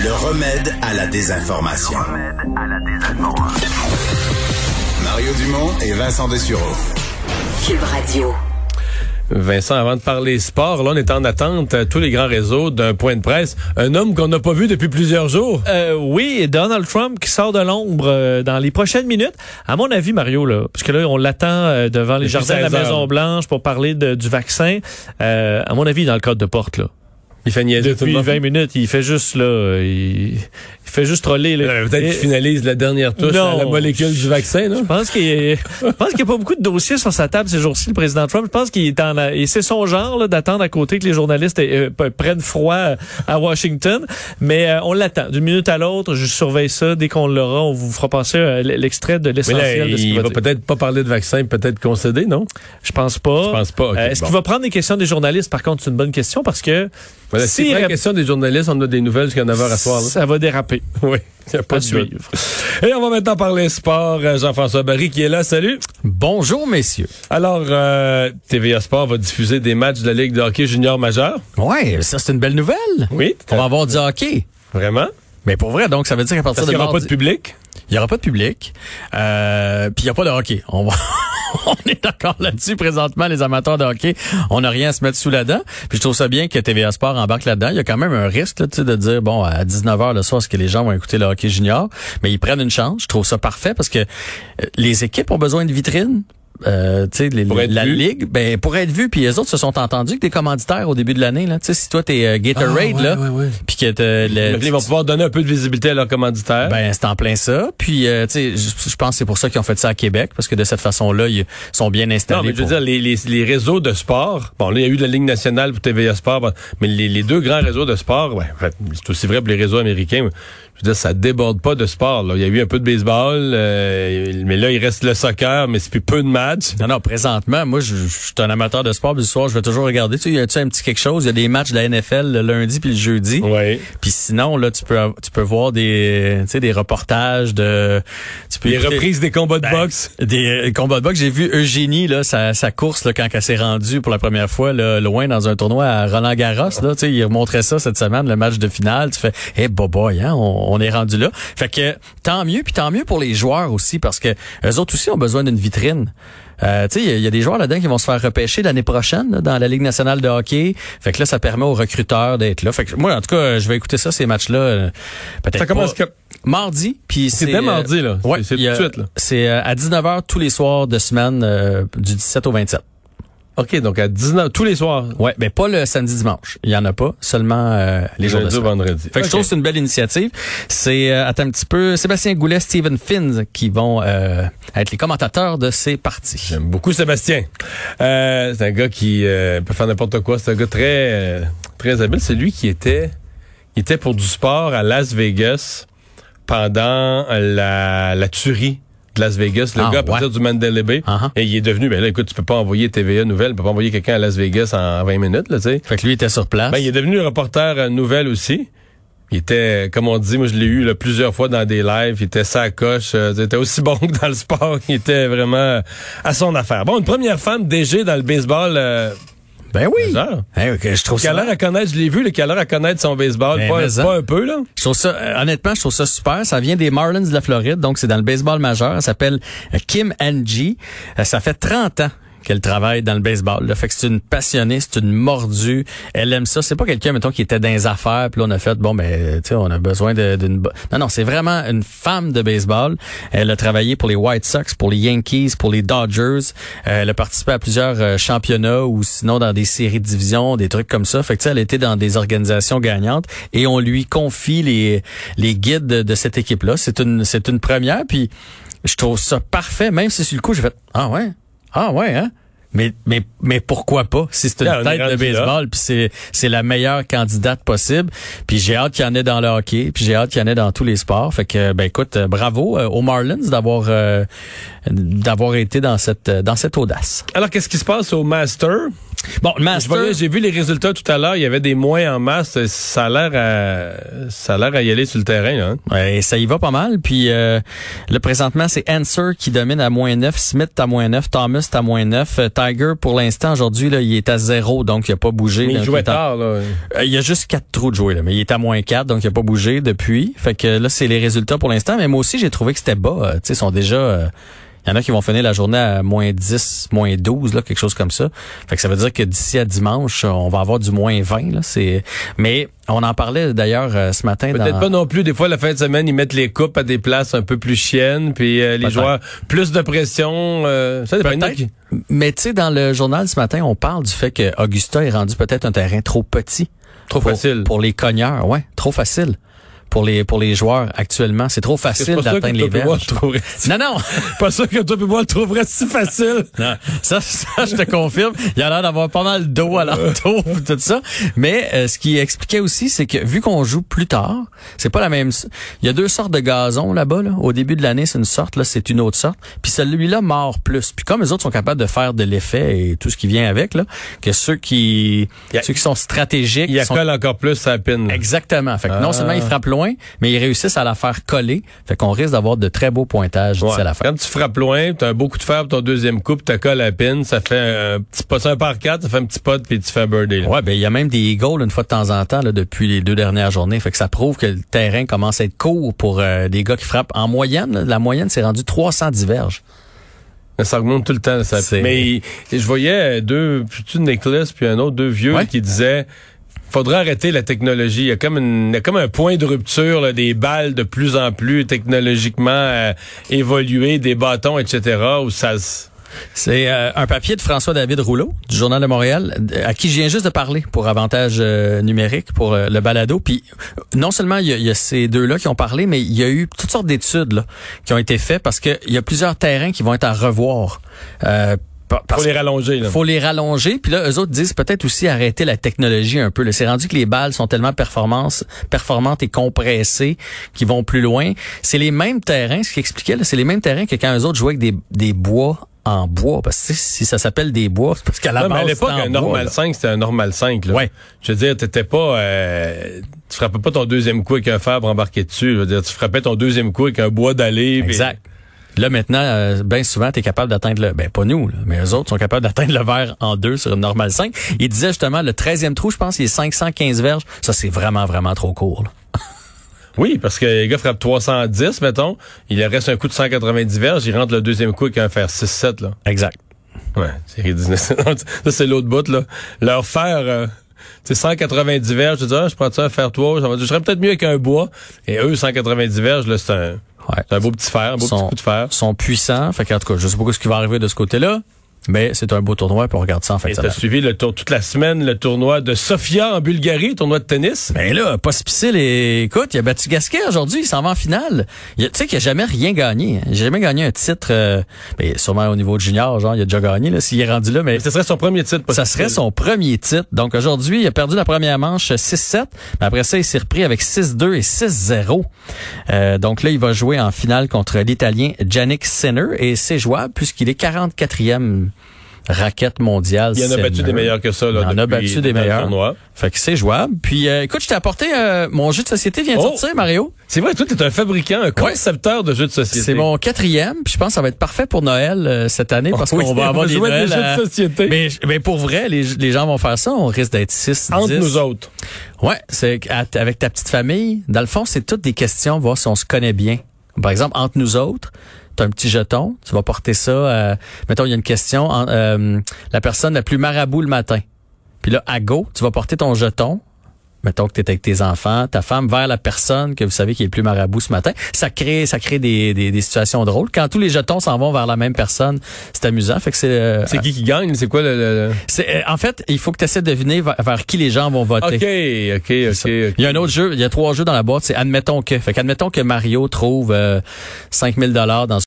Le remède à la désinformation. Mario Dumont et Vincent Dessureau. Cube Radio. Vincent, avant de parler sport, là, on est en attente, tous les grands réseaux, d'un point de presse. Un homme qu'on n'a pas vu depuis plusieurs jours. Oui, Donald Trump qui sort de l'ombre dans les prochaines minutes. À mon avis, Mario, là, parce que là, on l'attend devant les jardins de la Maison-Blanche pour parler du vaccin. À mon avis, dans le cadre de porte, là. Il fait niaiser depuis 20 minutes, il fait juste là, il fait juste troller. Peut-être qu'il finalise la dernière touche à la molécule du vaccin. Non? Je pense qu'il y a pas beaucoup de dossiers sur sa table ces jours-ci, le président Trump. Je pense qu'il est et c'est son genre là, d'attendre à côté que les journalistes prennent froid à Washington. Mais on l'attend d'une minute à l'autre. Je surveille ça. Dès qu'on l'aura, on vous fera passer l'extrait de l'essentiel de ce qu'il va peut-être pas parler de vaccin, peut-être concéder, non? Je pense pas. Okay, est-ce qu'il va prendre des questions des journalistes? Par contre, c'est une bonne question parce que voilà, si la question des journalistes, on a des nouvelles jusqu'à 9h à soir. Là. Ça va déraper. Oui, il n'y a pas de suivre. Et on va maintenant parler sport. Jean-François Barry qui est là. Salut. Bonjour, messieurs. Alors, TVA Sport va diffuser des matchs de la Ligue de hockey junior majeur. Ouais, ça, c'est une belle nouvelle. Oui. On va avoir du hockey. Vraiment? Mais pour vrai, donc, ça veut dire qu'à partir de mardi... Parce qu'il n'y aura pas de public? Il n'y aura pas de public. Puis il n'y a pas de hockey. On est d'accord là-dessus. Présentement, les amateurs de hockey, on n'a rien à se mettre sous la dent. Puis je trouve ça bien que TVA Sport embarque là-dedans. Il y a quand même un risque là, de dire, bon, à 19h le soir, est-ce que les gens vont écouter le hockey junior? Mais ils prennent une chance. Je trouve ça parfait parce que les équipes ont besoin de vitrines. La ligue, ben pour être vu, puis les autres se sont entendus que des commanditaires au début de l'année là. Tu sais, si toi t'es Gatorade puis que ils vont pouvoir donner un peu de visibilité à leurs commanditaires. Ben c'est en plein ça. Puis tu sais, je pense que c'est pour ça qu'ils ont fait ça à Québec parce que de cette façon-là, ils sont bien installés. Non, mais je veux dire les réseaux de sport. Bon, là il y a eu la Ligue nationale pour TVA Sport, mais les deux grands réseaux de sport, ouais, en fait, c'est aussi vrai pour les réseaux américains. Je veux dire, ça déborde pas de sport. Là. Il y a eu un peu de baseball, mais là, il reste le soccer, mais c'est plus peu de matchs. Non, présentement, moi, je suis un amateur de sport, puis le soir, je vais toujours regarder. Tu sais, y a-tu un petit quelque chose? Il y a des matchs de la NFL le lundi puis le jeudi. Oui. Puis sinon, là, tu peux voir des reportages de... Les reprises des combats de boxe. Des combats de boxe. J'ai vu Eugénie, là, sa course, là, quand elle s'est rendue pour la première fois, là, loin dans un tournoi à Roland-Garros, là. Tu sais, il montrait ça cette semaine, le match de finale. Tu fais, boboy, hein, on est rendu là. Fait que tant mieux, puis tant mieux pour les joueurs aussi, parce que eux autres aussi ont besoin d'une vitrine. Tu sais, il y a des joueurs là-dedans qui vont se faire repêcher l'année prochaine là, dans la Ligue nationale de hockey. Fait que là, ça permet aux recruteurs d'être là. Fait que moi, en tout cas, je vais écouter ça, ces matchs-là. Peut-être ça commence mardi. Puis c'est dès mardi, là. Ouais, c'est tout de suite, là. C'est à 19h tous les soirs de semaine du 17 au 27. OK, donc à 19 tous les soirs. Ouais, mais pas le samedi dimanche. Il y en a pas, seulement les jours de semaine. Vendredi. Fait que je trouve que c'est une belle initiative. C'est attends un petit peu Sébastien Goulet, Steven Finns qui vont être les commentateurs de ces parties. J'aime beaucoup Sébastien. C'est un gars qui peut faire n'importe quoi, c'est un gars très très habile, c'est lui qui était pour du sport à Las Vegas pendant la tuerie Las Vegas, le gars à partir du Mandalay Bay, et il est devenu, ben là, écoute, tu peux pas envoyer TVA Nouvelles, tu peux pas envoyer quelqu'un à Las Vegas en 20 minutes, là, tu sais. Fait que lui était sur place. Ben, il est devenu reporter nouvelle aussi. Il était, comme on dit, moi je l'ai eu là, plusieurs fois dans des lives, il était sacoche, il était aussi bon que dans le sport, il était vraiment à son affaire. Bon, une première femme DG dans le baseball, ben oui. Je trouve ça. Je l'ai vu, qui a l'air à connaître son baseball, pas un peu, là. Je trouve ça, honnêtement, je trouve ça super. Ça vient des Marlins de la Floride, donc c'est dans le baseball majeur. Elle s'appelle Kim Angie. Ça fait 30 ans qu'elle travaille dans le baseball. Là. Fait que c'est une passionnée, c'est une mordue. Elle aime ça. C'est pas quelqu'un, mettons, qui était dans les affaires. Puis là, on a fait, bon, ben, tu sais, on a besoin d'une... Non, c'est vraiment une femme de baseball. Elle a travaillé pour les White Sox, pour les Yankees, pour les Dodgers. Elle a participé à plusieurs championnats ou sinon dans des séries de division, des trucs comme ça. Fait que, tu sais, elle était dans des organisations gagnantes et on lui confie les guides de cette équipe-là. C'est une première. Puis je trouve ça parfait. Même si sur le coup, j'ai fait, ah ouais, hein? Mais pourquoi pas? Si c'est une tête de baseball, puis c'est la meilleure candidate possible. Puis j'ai hâte qu'il y en ait dans le hockey, puis j'ai hâte qu'il y en ait dans tous les sports. Fait que, ben écoute, bravo aux Marlins d'avoir été dans cette audace. Alors, qu'est-ce qui se passe au Master? Bon, le Master... J'ai vu les résultats tout à l'heure. Il y avait des moins en masse. Ça a l'air à y aller sur le terrain. Là, hein? Ouais, ça y va pas mal. Puis là, présentement, c'est Answer qui domine à -9, Smith à -9, Thomas à -9. Tiger, pour l'instant, aujourd'hui, là, il est à 0, donc il a pas bougé. Mais il jouait tard. Là. Il y a juste 4 trous de jouer, là, mais il est à -4, donc il a pas bougé depuis. Fait que là, c'est les résultats pour l'instant. Mais moi aussi, j'ai trouvé que c'était bas. Tu sais, ils sont déjà... Il y en a qui vont finir la journée à -10, -12, là, quelque chose comme ça. Fait que ça veut dire que d'ici à dimanche, on va avoir du -20, là. Mais on en parlait d'ailleurs ce matin. Peut-être pas non plus. Des fois, la fin de semaine, ils mettent les coupes à des places un peu plus chiennes, puis les joueurs, plus de pression. Ça dépend. Mais tu sais, dans le journal ce matin, on parle du fait que Augusta est rendu peut-être un terrain trop petit. Trop facile. Pour les cogneurs, ouais, trop facile. Pour les joueurs actuellement, c'est trop facile d'atteindre les verges. Non. Pas sûr que toi et moi le trouverais si facile. Non, ça je te confirme. Il y a l'air d'avoir pas mal d'eau à l'entour, tout ça. Mais ce qui expliquait aussi, c'est que vu qu'on joue plus tard, c'est pas la même. Il y a 2 sortes de gazon là-bas. Là. Au début de l'année, c'est une sorte, là, c'est une autre sorte. Puis celui-là mord plus. Puis comme les autres sont capables de faire de l'effet et tout ce qui vient avec, là, que ceux qui sont stratégiques, il y a colle encore plus à la pine. Là. Exactement. Fait que non seulement ils frappent loin, mais ils réussissent à la faire coller. Fait qu'on risque d'avoir de très beaux pointages d'ici à la fin. Quand tu frappes loin, tu as un beau coup de fer pour ton deuxième coup, puis tu colles à la pine, ça fait un petit pot, un par 4, ça fait un petit pot, puis tu fais un birdie. Là. Ouais, ben il y a même des eagles une fois de temps en temps là, depuis les 2 dernières journées. Fait que ça prouve que le terrain commence à être court pour des gars qui frappent. En moyenne, là, la moyenne c'est rendu 310 verges. Ça augmente tout le temps. Ça. Mais je voyais 2, plutôt Nicholas, puis un autre, 2 vieux qui disaient... Faudrait arrêter la technologie. Il y a comme un point de rupture, là, des balles de plus en plus technologiquement évoluées, des bâtons, etc. Où ça. C'est un papier de François-David Rouleau du Journal de Montréal, à qui je viens juste de parler pour Avantage numérique, pour le balado. Puis non seulement il y a ces 2-là qui ont parlé, mais il y a eu toutes sortes d'études là, qui ont été faites parce que il y a plusieurs terrains qui vont être à revoir. Faut les rallonger. Là. Faut les rallonger. Puis là, eux autres disent peut-être aussi arrêter la technologie un peu. Là. C'est rendu que les balles sont tellement performantes et compressées qu'ils vont plus loin. C'est les mêmes terrains, ce qui expliquait, là, c'est les mêmes terrains que quand eux autres jouaient avec des bois en bois. Parce que si ça s'appelle des bois, c'est parce qu'à la base, à l'époque, un normal 5, c'était un normal 5. Là. Ouais. Je veux dire, t'étais pas... tu frappais pas ton deuxième coup avec un fer pour embarquer dessus. Je veux dire, tu frappais ton deuxième coup avec un bois d'allée. Exact. Là, maintenant, bien souvent, tu es capable d'atteindre pas nous, là, mais eux autres sont capables d'atteindre le verre en 2 sur une normale 5. Il disait justement, le 13e trou, je pense, il est 515 verges. Ça, c'est vraiment, vraiment trop court, là. Oui, parce que les gars frappent 310, mettons. Il leur reste un coup de 190 verges. Ils rentrent le deuxième coup avec un fer 6-7, là. Exact. Ouais, c'est ridicule. Ça, c'est l'autre bout, là. Leur fer... c'est 190 verges, je dis, je prends ça un fer 3, je serais peut-être mieux avec un bois. Et eux, 190 verges, là, c'est un beau petit fer, un beau petit coup de fer. Ils sont puissants. Fait qu'en tout cas, je sais pas ce qui va arriver de ce côté-là. Mais c'est un beau tournoi, puis on regarde ça en fait. Et t'as suivi toute la semaine le tournoi de Sofia en Bulgarie, tournoi de tennis? Ben là, Pospisil, écoute, il a battu Gasquet aujourd'hui, il s'en va en finale. Tu sais qu'il a jamais rien gagné. Il a jamais gagné un titre, sûrement au niveau de junior, genre, il a déjà gagné, là, s'il est rendu là, mais. Ce serait son premier titre, ça serait son premier titre. Donc aujourd'hui, il a perdu la première manche 6-7, mais après ça, il s'est repris avec 6-2 et 6-0. Donc là, il va jouer en finale contre l'Italien Jannik Sinner, et c'est jouable puisqu'il est 44e raquette mondiale. Il y en a battu des meilleurs que ça, là. Il y en a battu des meilleurs. Tournoi. Fait que c'est jouable. Puis, écoute, je t'ai apporté mon jeu de société vient de sortir, Mario. C'est vrai, toi, t'es un fabricant, un concepteur de jeux de société. C'est mon 4e. Puis je pense que ça va être parfait pour Noël cette année parce qu'on va avoir des Noëls. Jeux de société. Mais pour vrai, les gens vont faire ça. On risque d'être 6, entre 10. nous autres. Ouais, c'est avec ta petite famille. Dans le fond, c'est toutes des questions, voir si on se connaît bien. Par exemple, entre nous autres. T'as un petit jeton, tu vas porter ça, mettons, il y a une question, la personne la plus marabout le matin. Puis là, à go, tu vas porter ton jeton, mettons que t'es avec tes enfants, ta femme, vers la personne que vous savez qui est le plus marabout ce matin. Ça crée des situations drôles. Quand tous les jetons s'en vont vers la même personne, c'est amusant. Fait que c'est qui gagne? C'est quoi C'est en fait, il faut que tu essaies de deviner vers qui les gens vont voter. OK. Il y a un autre jeu, il y a 3 jeux dans la boîte, c'est admettons que. Fait qu'admettons que Mario trouve 5 000 $ dans